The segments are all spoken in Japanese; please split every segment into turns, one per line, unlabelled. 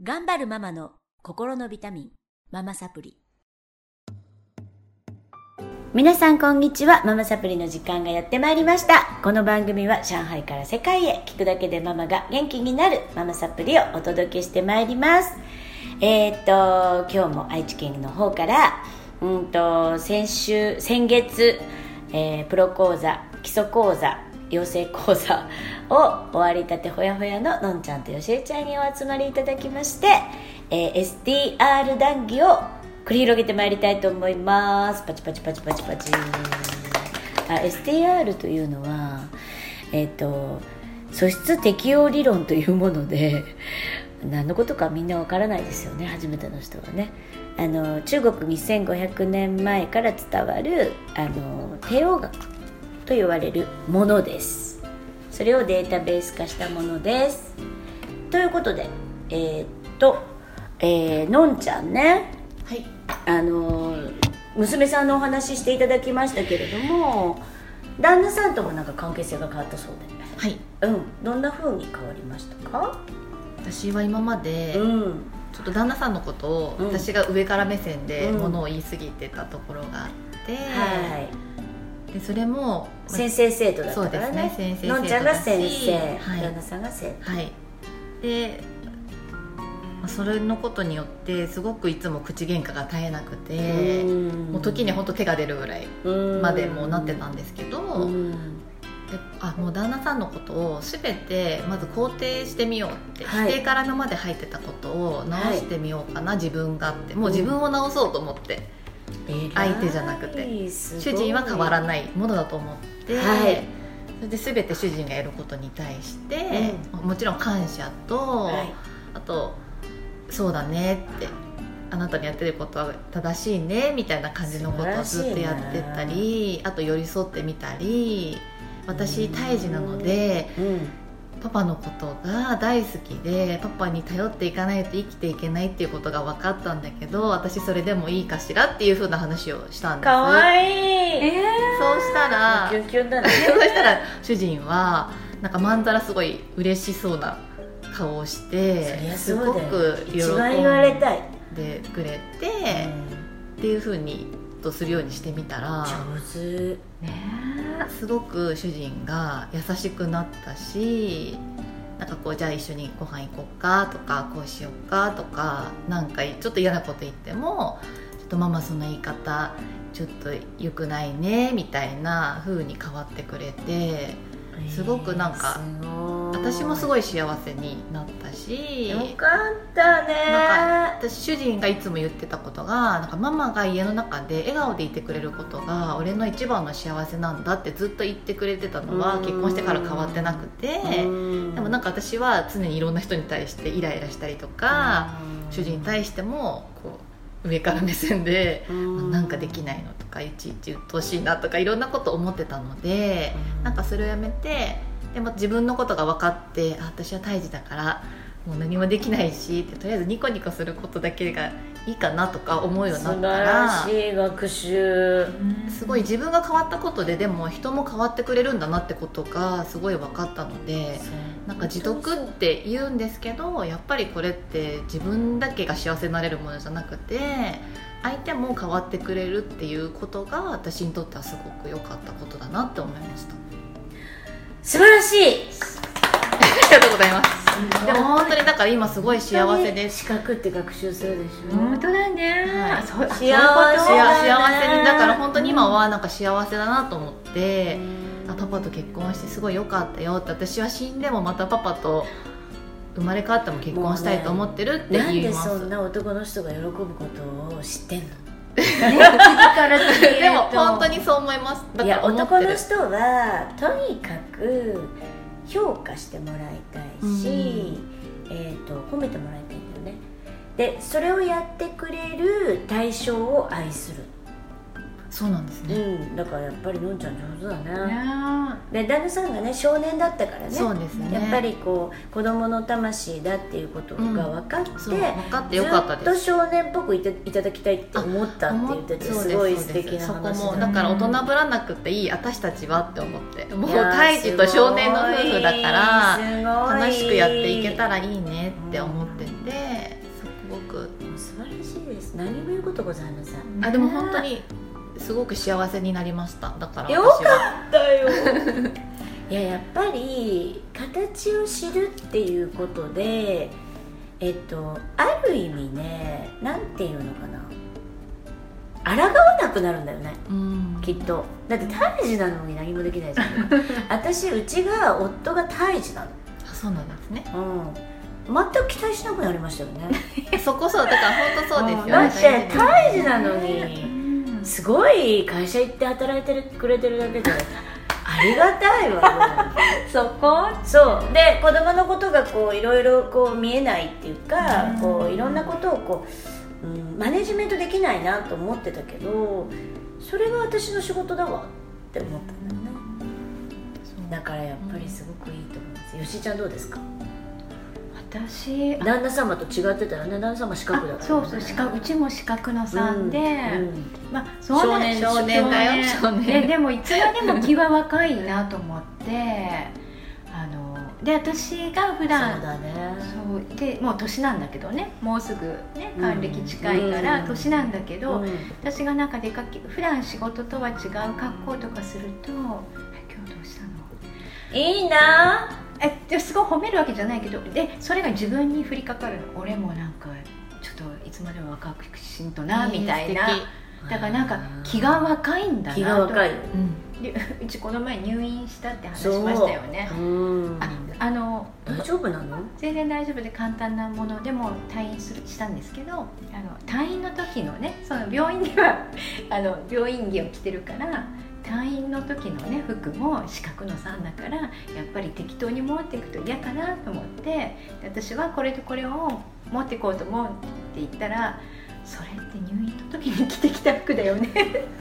頑張るママの心のビタミン、ママサプリ。皆さんこんにちは。ママサプリの時間がやってまいりました。この番組は上海から世界へ、聞くだけでママが元気になるママサプリをお届けしてまいります。今日も愛知県の方から先月、プロ講座、基礎講座、養成講座を終わりたてほやほやののんちゃんとよしえちゃんにお集まりいただきまして、SDR 談義を繰り広げてまいりたいと思います。パチパチパチパチパチ。SDR というのは素質適応理論というもので、何のことかみんなわからないですよね、初めての人はね。中国2500年前から伝わる帝王学と言われるものです。それをデータベース化したものです。ということでのんちゃんね、
はい、
娘さんのお話ししていただきましたけれども、旦那さんともなんか関係性が変わったそうで、はい、どんな風に変わりましたか？
私は今まで、ちょっと旦那さんのことを、私が上から目線でものを言い過ぎてたところがあって、でそれも
先生生徒だったからね。
そうですね、先生生徒だし、
のんちゃんが先生、
はい、
旦那さんが生徒、
はい、でそれのことによってすごくいつも口喧嘩が絶えなくて、もう時に本当手が出るぐらいまでもうなってたんですけど、でもう旦那さんのことを全てまず肯定してみようって、否定から今まで入ってたことを直してみようかな、自分がって、もう自分を直そうと思って、相手じゃなくて主人は変わらないものだと思って、それで全て主人がやることに対して、もちろん感謝と、あとそうだねって、あなたにやってることは正しいねみたいな感じのことをずっとやってたり、あと寄り添ってみたり、私胎児なので、パパのことが大好きで、パパに頼っていかないと生きていけないっていうことが分かったんだけど、私それでもいいかしらっていう風な話をしたんです。
かわいい、
そうしたら
キュンキュンだね
そうしたら主人はなんかまんざらすごい嬉しそうな顔をして、すごく喜んでくれて、っていう風にとするようにしてみたら、
上手
すごく主人が優しくなったし、なんかこう、じゃあ一緒にご飯行こうかとか、こうしようかとか、なんかちょっと嫌なこと言っても、ちょっとママその言い方ちょっと良くないねみたいな風に変わってくれて、すごくなんか私もすごい幸せになったし、
よかったね。
なんか私主人がいつも言ってたことが、なんかママが家の中で笑顔でいてくれることが俺の一番の幸せなんだってずっと言ってくれてたのは、結婚してから変わってなくて、でもなんか私は常にいろんな人に対してイライラしたりとか、主人に対してもこう上から目線で、なんかできないのとか、いちいち鬱陶しいなとかいろんなこと思ってたので、なんかそれをやめて、でも自分のことが分かって、私は胎児だからもう何もできないしって、とりあえずニコニコすることだけがいいかなとか思うようになったら、
素晴らしい学習。
すごい自分が変わったことで、でも人も変わってくれるんだなってことがすごい分かったので、なんか自得って言うんですけど、やっぱりこれって自分だけが幸せになれるものじゃなくて、相手も変わってくれるっていうことが私にとってはすごく良かったことだなって思いました。
素晴らしい
ありがとうございます。でも本当にだから今すごい幸せです。
資格って学習するでしょ。
本当だね、
幸せ
に、だから本当に今はなんか幸せだなと思って、パパと結婚してすごい良かったよって、私は死んでもまたパパと生まれ変わっても結婚したいと思ってるって言います。
なんでそんな男の人が喜ぶことを知ってんの
でも本当にそう思います。
いや、男の人はとにかく評価してもらいたいし、褒めてもらいたいんだよね。でそれをやってくれる対象を愛する。
そうなんですね、
だからやっぱりのんちゃん上手だね。で旦那さんがね少年だったからね、
そうですね、
やっぱりこう子供の魂だっていうことが分かって、
分かってよかったです。
ずっと少年っぽくいただきたいって思ったって言ってて、すごい素敵な話だ。
そこもだから大人ぶらなくていい私たちはって思って、もう胎児と少年の夫婦だから楽しくやっていけたらいいねって思ってて、
何も言うことございません。
でも本当にすごく幸せになりました。だから
よかったよいや、やっぱり形を知るっていうことである意味ね、なんていうのかな、抗わなくなるんだよね、きっと。だって胎児なのに何もできないじゃん私、うちが夫が胎児なの。
そうなんですね。
全く期待しなくなりましたよね
そこそう、だから本当そうですよね。
だって胎児なのにすごい会社行って働いてくれてるだけでありがたいわ
そこ
そうで、子供のことがこういろいろこう見えないっていうか、こういろんなことをこう、マネジメントできないなと思ってたけど、それが私の仕事だわって思ったんだよね。だからやっぱりすごくいいと思います。よしちゃんどうですか？
私
旦那様と違ってたよね。旦那様四角だから、ね、
そうそう、うちも四角の3で、まあ、
少年だよ、少年
でもいつまでも気は若いなと思ってで、私が普段
そうだね、
そうでもう年なんだけどね、もうすぐね還暦近いから年なんだけど、私がなんか普段仕事とは違う格好とかすると、今日どうしたの？
いいな
すごい褒めるわけじゃないけど、でそれが自分に降りかかるの。俺もなんかちょっといつまでも若くしんとなみたいな。だからなんか気が若いんだなと。
気が若い、
でうちこの前入院したって話しましたよね。
大丈夫なの？
全然大丈夫で、簡単なものでも退院したんですけど、退院の時のね、その病院では病院着を着てるから、退院の時のね服も四角の3だから、やっぱり適当に持っていくと嫌かなと思って、で私はこれとこれを持っていこうと思うって言ったら、それって入院の時に着てきた服だよね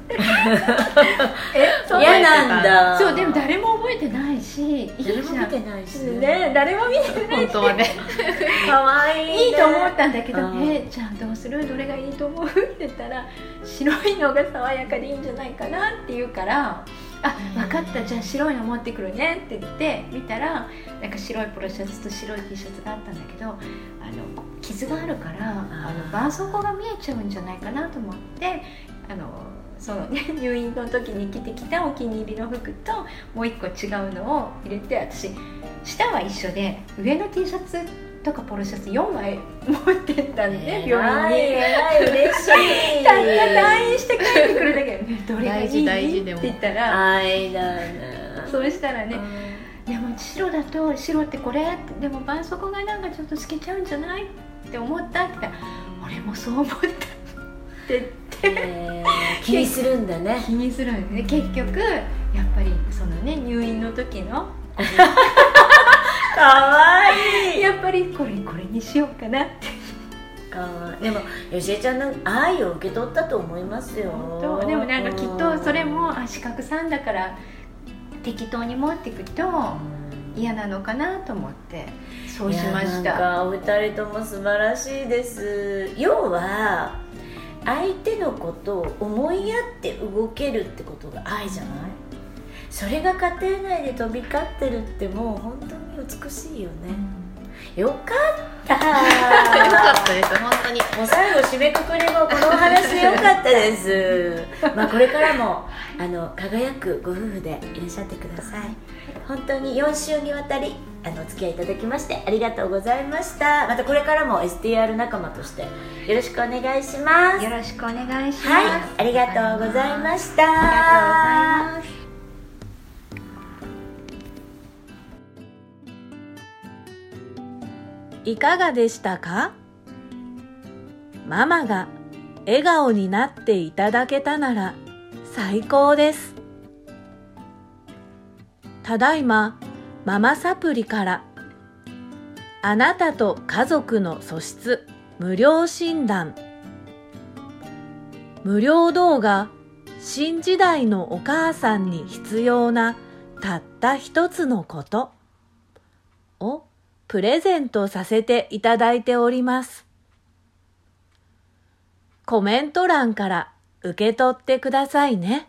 嫌なんだ。
そう、でも誰も覚えてないし、
誰も見てないし
ね、誰も見てないし、
本当はね
かわいいね。
いいと思ったんだけど、じゃあどうする？どれがいいと思う？って言ったら、白いのが爽やかでいいんじゃないかなって言うから、分かった、じゃあ白いの持ってくるねって言って見たら、なんか白いポロシャツと白い T シャツがあったんだけど、傷があるから絆創膏が見えちゃうんじゃないかなと思って、そのね、入院の時に着てきたお気に入りの服ともう一個違うのを入れて、私下は一緒で上の T シャツとかポロシャツ4枚持ってったんで、ね、病院に
嬉しい
たった退院して帰ってくるだけで、どれがいい
大事
って言ったら、
愛だな。
そうしたらね、でも白だと白ってこれって、でも絆創膏がなんかちょっと透けちゃうんじゃないって思ったって言ったら、俺もそう思ったって言って、
気にするんだね。
気にするんで、結局やっぱりそのね、入院の時の
かわいい。
やっぱりこれにしようかなって
かわいい。でもよしえちゃんの愛を受け取ったと思いますよ。
でもなんかきっとそれも四角さんだから適当に持っていくと嫌なのかなと思ってそうしました。
なんかお二人とも素晴らしいです。要は相手のことを思いやって動けるってことが愛じゃない？それが家庭内で飛び交ってるってもう本当に美しいよね。よかったよ
かったです、本当に。
もう最後締めくくりもこのお話よかったですまあこれからも輝くご夫婦でいらっしゃってください。本当に4週にわたりお付き合いいただきましてありがとうございました。またこれからも STR 仲間としてよろしくお願いします。
よろしくお願いします。
はい、ありがとうございました。
ありがとうございます。
いかがでしたか？ママが笑顔になっていただけたなら最高です。ただいまママサプリからあなたと家族の素質無料診断、無料動画新時代のお母さんに必要なたった一つのことをプレゼントさせていただいております。コメント欄から受け取ってくださいね。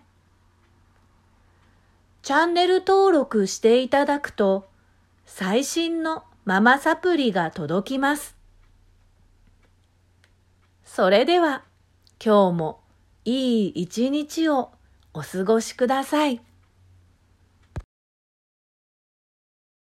チャンネル登録していただくと最新のママサプリが届きます。それでは今日もいい一日をお過ごしください。